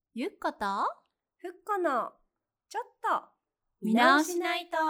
ゆっことふっこのちょっと見直しないと。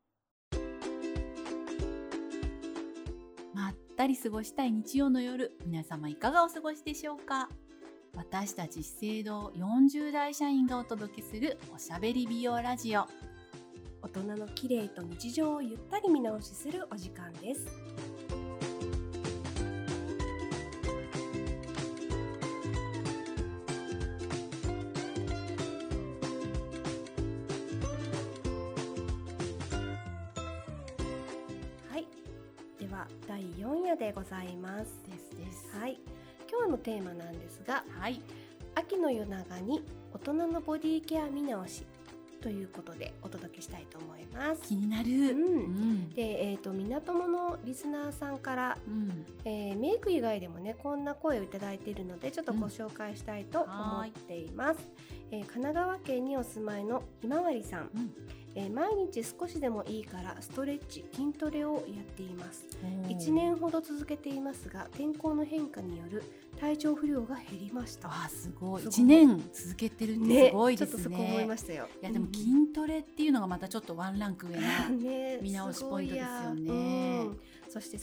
まったり過ごしたい日曜の夜、皆様いかがお過ごしでしょうか。私たち資生堂40代社員がお届けするおしゃべり美容ラジオ。 大人の綺麗と日常をゆったり見直しするお時間です。はい、では第4夜でございます。 です。 はい、今日のテーマなんですが、 はい。 秋の夜長に大人のボディケア見直しということでお届けしたいと思います。 気になる。 で、港ものリスナーさんから、メイク以外でもねこんな声をいただいているのでちょっとご紹介したいと思っています。神奈川県にお住まいのひまわりさん、毎日少しでもいいからストレッチ筋トレをやっています。1年ほど続けていますが天候の変化による体調不良が減りました。 すごい。1年続けてるってすごいですね。 ちょっとそこ思いましたよ。 いやでも筋トレっていうのがまたちょっとワンランク上な見直しポイントですよね。 そして、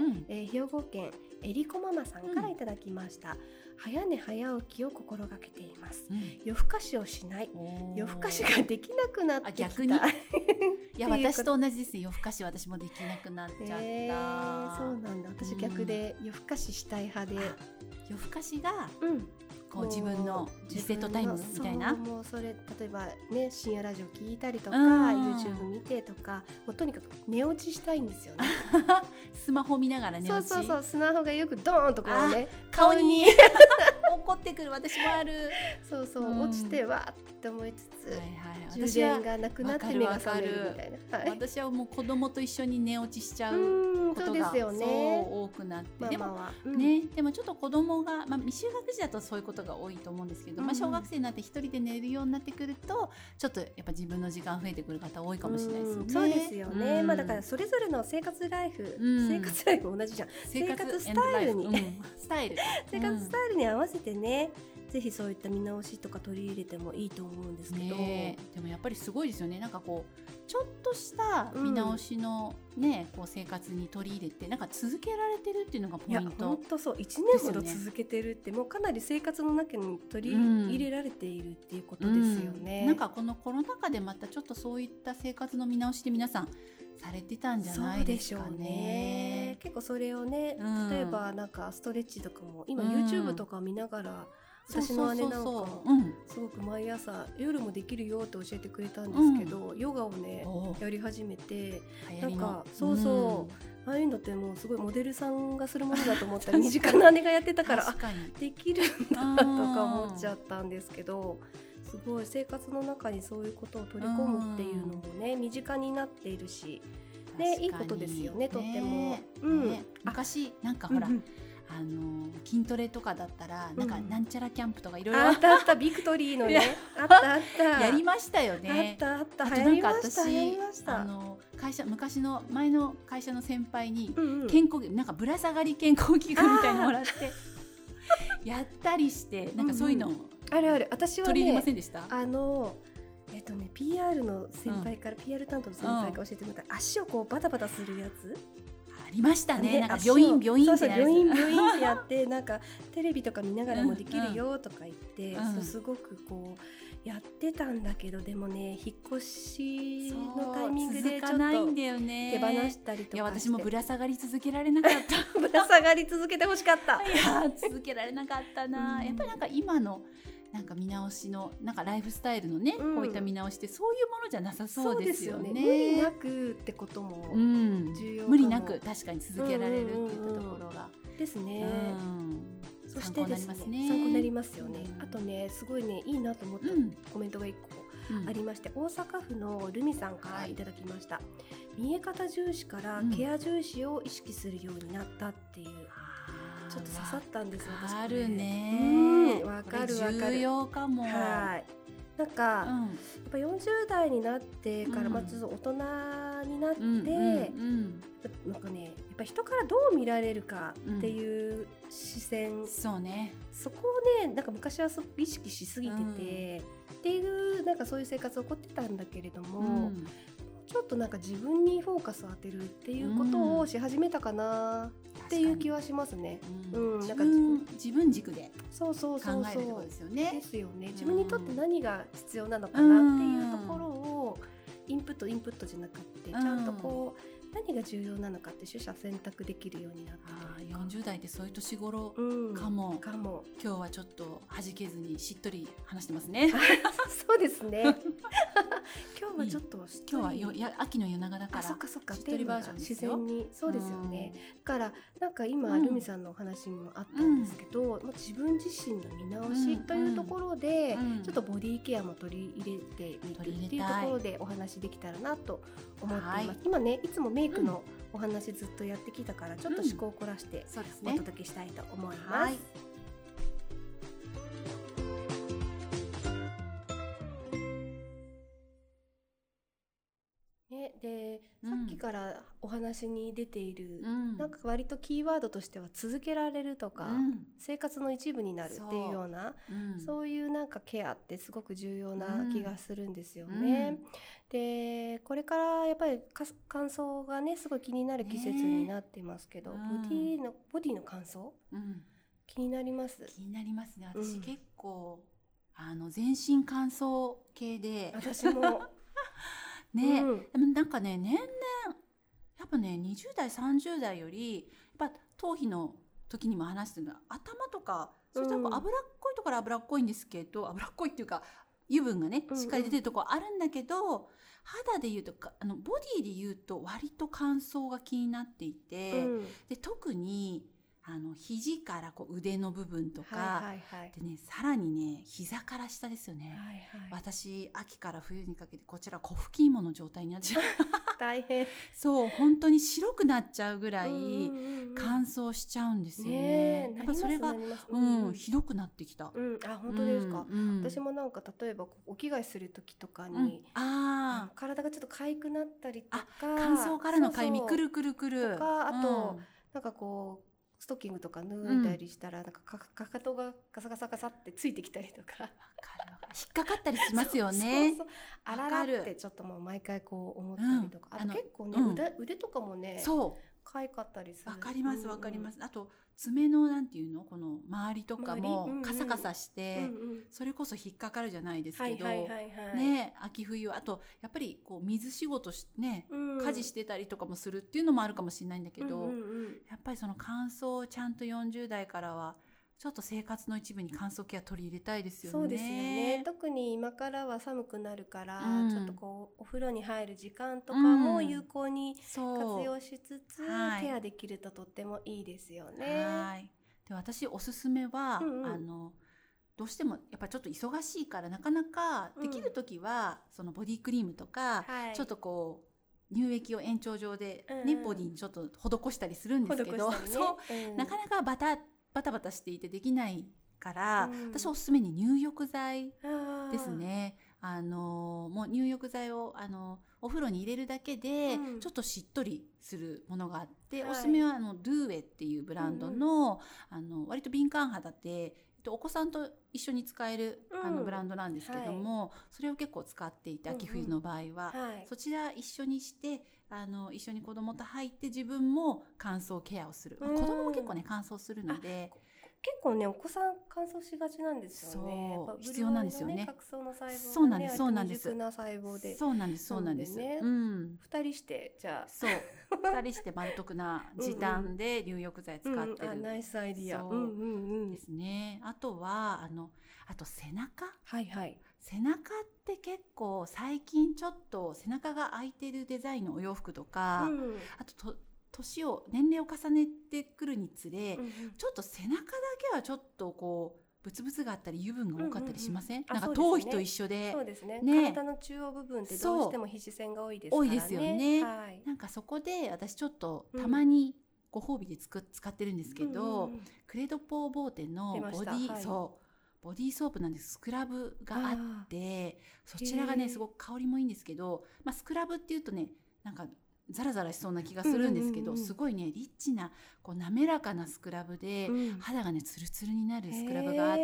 兵庫県えりこママさんからいただきました。早寝早起きを心がけています。夜更かしをしない。夜更かしができなくなってきた。 逆にいや私と同じですね。夜更かし私もできなくなっちゃった。 そうなんだ。私逆で夜更かししたい派で、 夜更かしがこう自分のリセットタイムみたいな。 もうそれ例えばね深夜ラジオ聞いたりとか YouTube 見てとか、もうとにかく寝落ちしたいんですよね。 スマホ見ながら寝落ち。 そうスマホがよくドーンとこうね顔に怒ってくる。私もある。 そう落ちてわーって思いつつ、充電がなくなって目が覚めるみたいな。 私はもう子供と一緒に寝落ちしちゃうことがそう多くなって、でもね、でもちょっと子供が未就学児だとそういうことが多いと思うんですけど、小学生になって一人で寝るようになってくるとちょっとやっぱ自分の時間増えてくる方多いかもしれないですよね。 そうですよね。だからそれぞれの生活ライフ同じじゃん。生活スタイルに生活スタイルに合わせてね、ぜひそういった見直しとか取り入れてもいいと思うんですけど、 でもやっぱりすごいですよね。なんかこうちょっとした見直しのね、こう生活に取り入れてなんか続けられてるっていうのがポイント。 本当そう。1年ほど続けてるってもうかなり生活の中に取り入れられているっていうことですよね。 なんかこのコロナ禍でまたちょっとそういった生活の見直しで皆さんされてたんじゃないですかね。 結構それをね、例えばなんかストレッチとかも今 YouTube とか見ながら、私の姉なんかすごく毎朝夜もできるよって教えてくれたんですけど、ヨガをねやり始めて、なんかああいうのってもうすごいモデルさんがするものだと思ったら身近な姉がやってたからできるんだとか思っちゃったんですけど、すごい生活の中にそういうことを取り込むっていうのもね身近になっているし、いいことですよね、とっても。 昔なんかほら筋トレとかだったらなんかなんちゃらキャンプとかいろいろあったビクトリーのねあったやりましたよね。 あった流行りました昔の前の会社の先輩に健康なんかぶら下がり健康器具みたいなのもらってやったりして、なんかそういうのある私はね取り入れませんでした？ PR の先輩から、PR 担当の先輩から教えてもらった、足をこうバタバタするやつありましたね。なんか病院って病院ってやってなんかテレビとか見ながらもできるよとか言って、すごくこうやってたんだけど、でもね引っ越しのタイミングでちょっと手放したりとかして、 いや私もぶら下がり続けられなかったぶら下がり続けてほしかった。 いや続けられなかったな。やっぱりなんか今のなんか見直しのなんかライフスタイルのね、こういった見直しってそういうものじゃなさそうですよね。 無理なくってことも重要かも。 無理なく確かに続けられるっていったところがですね。そしてですね、参考になりますよね。あとねすごいねいいなと思ったコメントが1個ありまして、大阪府のルミさんからいただきました。見え方重視からケア重視を意識するようになったっていう、ちょっと刺さったんですよ。 あるね。 わかる重要かも。 なんか、やっぱ40代になってから、まず大人になって、なんかね、やっぱ人からどう見られるかっていう視線、 そうね、 そこをね、なんか昔は意識しすぎてて、っていうなんかそういう生活を送ってたんだけれども、ちょっとなんか自分にフォーカスを当てるっていうことをし始めたかなっていう気はしますね。 なんか自分軸で考えるってことですよね。 ですよね。自分にとって何が必要なのかなっていうところをインプットじゃなくて、ちゃんとこう何が重要なのかって取捨選択できるようになって、 40代ってそういう年頃かも。今日はちょっと弾けずにしっとり話してますね。 そうですね。今日はちょっと今日は秋の夜長だから、 そっかしっとりバージョンですよ。 自然にそうですよね。だからなんか今ルミさんのお話もあったんですけど、自分自身の見直しというところで、ちょっとボディケアも取り入れてみるっていうところでお話できたらなと思っています。今ね、いつもメイクのお話ずっとやってきたから、ちょっと思考を凝らしてお届けしたいと思います。で、さっきからお話に出ている、なんか割とキーワードとしては続けられるとか、生活の一部になるっていうような、そういうなんかケアってすごく重要な気がするんですよね。で、これからやっぱり乾燥がね、すごい気になる季節になってますけど、ボディの乾燥、気になります。 気になりますね。私結構全身乾燥系で、 私もね、でもなんかね、年々やっぱね、20代30代よりやっぱ頭皮の時にも話してるのは、頭とかそしたら脂っこいところ脂っこいんですけど、脂っこいっていうか油分がねしっかり出てるところあるんだけど、肌でいうとボディでいうと割と乾燥が気になっていて、で特に肘からこう腕の部分とか、でね、さらにね、膝から下ですよね。私秋から冬にかけてこちら粉吹き芋の状態になっちゃう。 大変。 そう、本当に白くなっちゃうぐらい乾燥しちゃうんですよね。やっぱそれがひどくなってきた。 本当ですか。私もなんか例えばお着替えする時とかに、体がちょっと痒くなったりとか、 乾燥からのかゆみくるくるくるとか、あとなんかこうストッキングとか脱いだりしたら、なんかかかとがガサガサガサってついてきたりとか、 引っかかったりしますよね。 あららってちょっともう毎回こう思ったりとか、あと結構ね、腕とかもね、かゆかったりする。 わかりますわかります。あと爪のなんていうの、この周りとかもカサカサして、それこそ引っかかるじゃないですけど、ね、秋冬、あとやっぱりこう水仕事ね、家事してたりとかもするっていうのもあるかもしれないんだけど、やっぱりその乾燥をちゃんと40代からはちょっと生活の一部に乾燥ケア取り入れたいですよね。 そうですよね。特に今からは寒くなるから、ちょっとこうお風呂に入る時間とかも有効に活用しつつ、ケアできるととってもいいですよね。 で、私おすすめは、どうしてもやっぱりちょっと忙しいからなかなかできる時は、そのボディクリームとか、ちょっとこう乳液を延長上でね、ボディにちょっと施したりするんですけど、なかなかバタバタしていてできないから、私おすすめに入浴剤ですね。もう入浴剤をお風呂に入れるだけでちょっとしっとりするものがあって、おすすめはドゥーエっていうブランドの、割と敏感肌でお子さんと一緒に使えるブランドなんですけども、それを結構使っていて、秋冬の場合は、そちら一緒にして一緒に子供と入って自分も乾燥ケアをする。子供も結構ね乾燥するので、 結構ねお子さん乾燥しがちなんですよね。 必要なんですよね。 角層の細胞がね、 そうなんです、そうなんです。 未熟な細胞で、 そうなんです、そうなんです。 2人してじゃあそう2人して満得な時短で入浴剤使ってる。 ナイスアイディア。 ですね。あとはあと背中。背中って結構最近ちょっと背中が開いてるデザインのお洋服とか、あと年齢を重ねてくるにつれ、ちょっと背中だけはちょっとこうブツブツがあったり油分が多かったりしません？なんか頭皮と一緒で、 そうですね。体の中央部分ってどうしても皮脂腺が多いですからね。 多いですよね。なんかそこで私ちょっとたまにご褒美で使ってるんですけど、クレドポーボーテのボディボディーソープなんですスクラブがあってそちらがねすごく香りもいいんですけど、スクラブっていうとねなんかザラザラしそうな気がするんですけど、すごいねリッチなこう滑らかなスクラブで、肌がねツルツルになるスクラブがあって、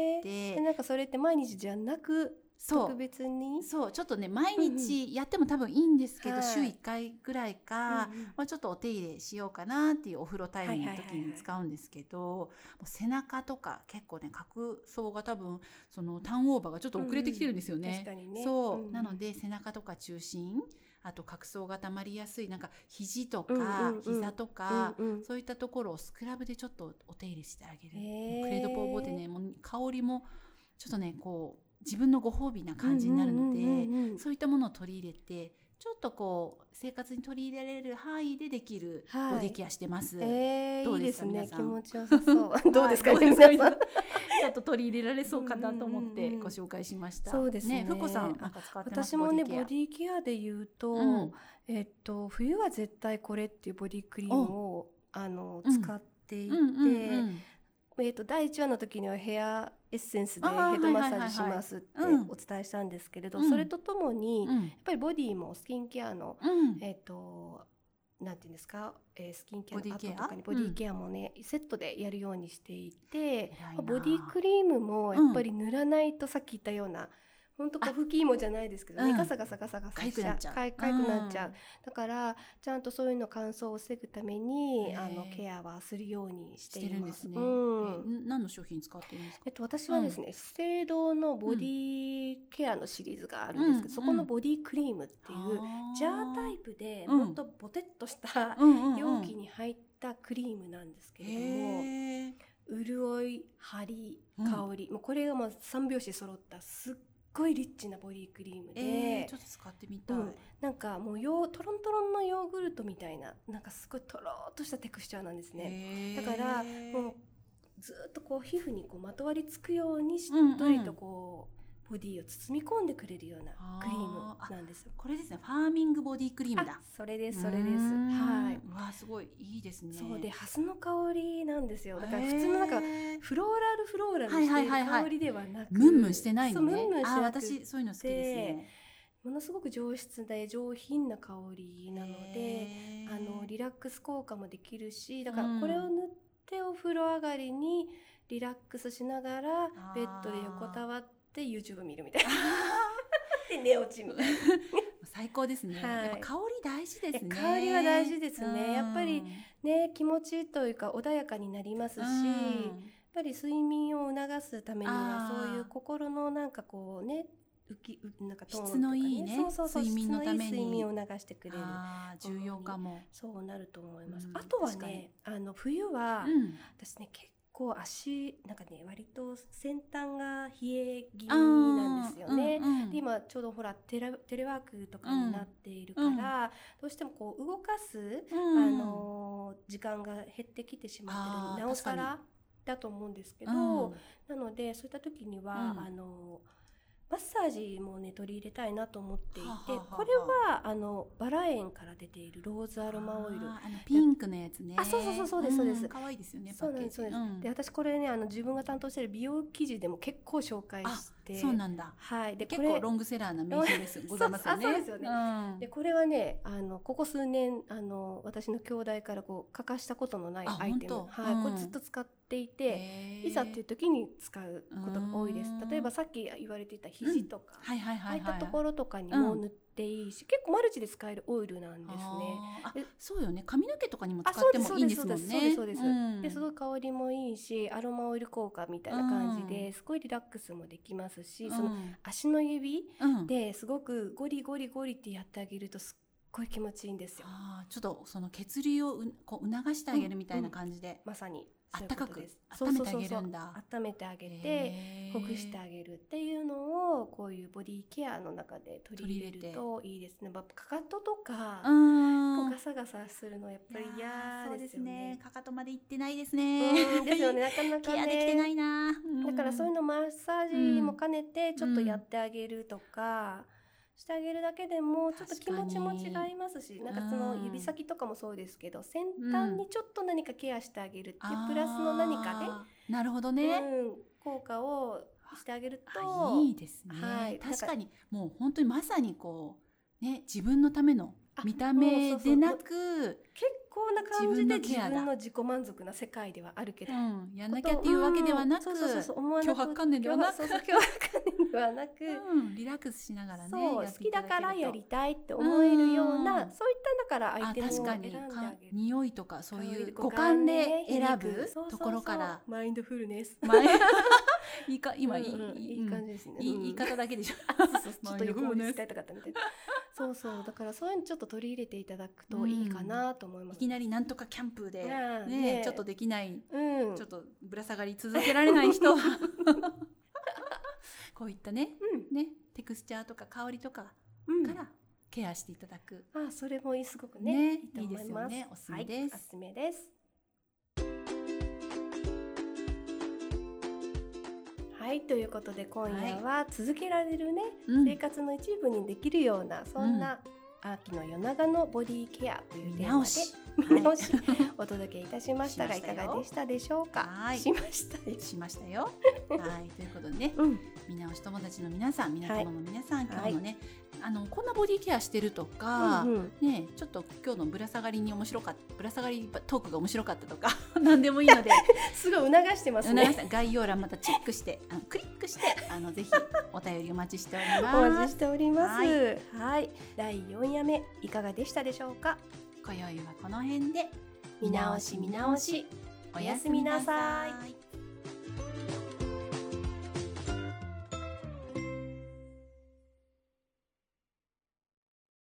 なんかそれって毎日じゃなく特別にちょっとね毎日やっても多分いいんですけど、週1回ぐらいか、ちょっとお手入れしようかなっていうお風呂タイムの時に使うんですけど、もう背中とか結構ね角層が多分そのターンオーバーがちょっと遅れてきてるんですよね。 確かにね。 なので背中とか中心あと角層がたまりやすいなんか肘とか膝とか、そういったところをスクラブでちょっとお手入れしてあげる。クレードポーボでねもう香りもちょっとねこう自分のご褒美な感じになるので、そういったものを取り入れてちょっとこう生活に取り入れられる範囲でできるボディケアしてます。どうですか、 いいですね、 皆さん。 気持ちよさそうどうですか皆さんちょっと取り入れられそうかなと思ってご紹介しました。 そうですね。 ふこさんなんか使ってます？ 私もねボディケアで言うと、冬は絶対これっていうボディクリームを使っていて、第1話の時にはヘアエッセンスでヘッドマッサージしますってお伝えしたんですけれど、それとともにやっぱりボディもスキンケアのなんていうんですか、スキンケアの後とかにボディケアもね、セットでやるようにしていて、ボディクリームもやっぱり塗らないと、さっき言ったような本当こう吹き芋じゃないですけどね、ガサガサガサガサしちゃう、かゆくなっちゃう。だからちゃんとそういうの乾燥を防ぐためにケアはするようにしています。 何の商品使ってるんですか？ 私はですね、資生堂のボディケアのシリーズがあるんですけど、そこのボディクリームっていうジャータイプでもっとボテッとした容器に入ったクリームなんですけれども、潤い、張り、香り、もうこれがもう3拍子揃ったすっごいリッチなボディクリームで、 ちょっと使ってみたい。 なんかもうトロントロンのヨーグルトみたいな、なんかすごいトローっとしたテクスチャーなんですね。だからもうずっとこう皮膚にこうまとわりつくようにしっとりとこうボディを包み込んでくれるようなクリームなんですよ。 これですね、ファーミングボディクリームだ。 それですそれです。はい。 わあすごいいいですね。 そうでハスの香りなんですよ。だから普通のなんかフローラルしている香りではなく、 ムンムンしてないのね。 ムンムンしてなくて、 私そういうの好きですね。 ものすごく上質で上品な香りなので、リラックス効果もできるし、だからこれを塗ってお風呂上がりにリラックスしながらベッドで横たわって YouTube 見るみたいなで寝落ちみたいな最高ですね。やっぱ香り大事ですね。 香りは大事ですね。やっぱりね気持ちというか穏やかになりますし、やっぱり睡眠を促すためにはそういう心のなんかこうねなんかトーンとかね、質のいいね、睡眠のために睡眠を促してくれる重要かも。 そうなると思います。あとはね冬は、私ね結構足なんかね割と先端が冷え気味なんですよね。で今ちょうどほらテレワークとかになっているから、どうしてもこう動かす、時間が減ってきてしまってる、なおさらだと思うんですけど、なのでそういった時には、マッサージもね取り入れたいなと思っていて、これはバラ園から出ているローズアロマオイル、 ピンクのやつね。 そうですそうです。 可愛いですよね。 そうなんです。で私これね自分が担当している美容記事でも結構紹介して、 そうなんだ。 はい。 で結構ロングセラーな名品ですございますよね。 そうですよね。でこれはねここ数年私の兄弟からこう欠かしたことのないアイテム、これずっと使っていて、いざっていう時に使うことが多いです。例えばさっき言われていた肘とか、ああいったところとかにも塗っていいし、結構マルチで使えるオイルなんですね。 そうよね。髪の毛とかにも使ってもいいんですもんね。 そうです。ですごい香りもいいし、アロマオイル効果みたいな感じですごいリラックスもできますし、その足の指ですごくゴリゴリゴリってやってあげるとすっごい気持ちいいんですよ。 ちょっとその血流をこう促してあげるみたいな感じで、 まさにあったかく温めてあげるんだ。 温めてあげてほぐしてあげるっていうのをこういうボディケアの中で取り入れるといいですね。かかととかガサガサするのやっぱり嫌ですよね。 かかとまで行ってないですね。 ですよね。なかなかね。 ケアできてないな。 だからそういうのマッサージも兼ねてちょっとやってあげるとか。してあげるだけでもちょっと気持ちも違いますし、なんかその指先とかもそうですけど、先端にちょっと何かケアしてあげるっていうプラスの何かね、 なるほどね、 効果をしてあげるといいですね、確かにもう本当にまさにこうね、自分のための見た目でなく結構な感じで自分の自己満足な世界ではあるけど、 やんなきゃっていうわけではなく、脅迫観念ではなく、リラックスしながらね、 好きだからやりたいって思えるような、そういっただから相手のを選んであげる、 匂いとかそういう五感で選ぶところから、 マインドフルネス今いい感じですね。 言い方だけでしょ。 ちょっと横に伝えたかったみたいな。そうだからそういうのちょっと取り入れていただくといいかなと思います。 いきなりなんとかキャンプでねちょっとできない、ちょっとぶら下がり続けられない人はこういったねテクスチャーとか香りとかからケアしていただく。 それもすごくねいいですよね。おすすめです。 おすすめです。はい、ということで今夜は続けられるね、生活の一部にできるようなそんな秋の夜長のボディケアというテーマで見直しお届けいたしましたが、いかがでしたでしょうか。しましたよ。はい、ということでね、見直し友達の皆さん、皆様の皆さん、今日のね、こんなボディケアしてるとか、ね、ちょっと今日のぶら下がりにぶら下がりトークが面白かったとか何でもいいのですごい促してますね。 概要欄またチェックしてクリックしてぜひお便りお待ちしております。 お待ちしております。はい、第4夜目いかがでしたでしょうか。 今宵はこの辺で見直しおやすみなさい。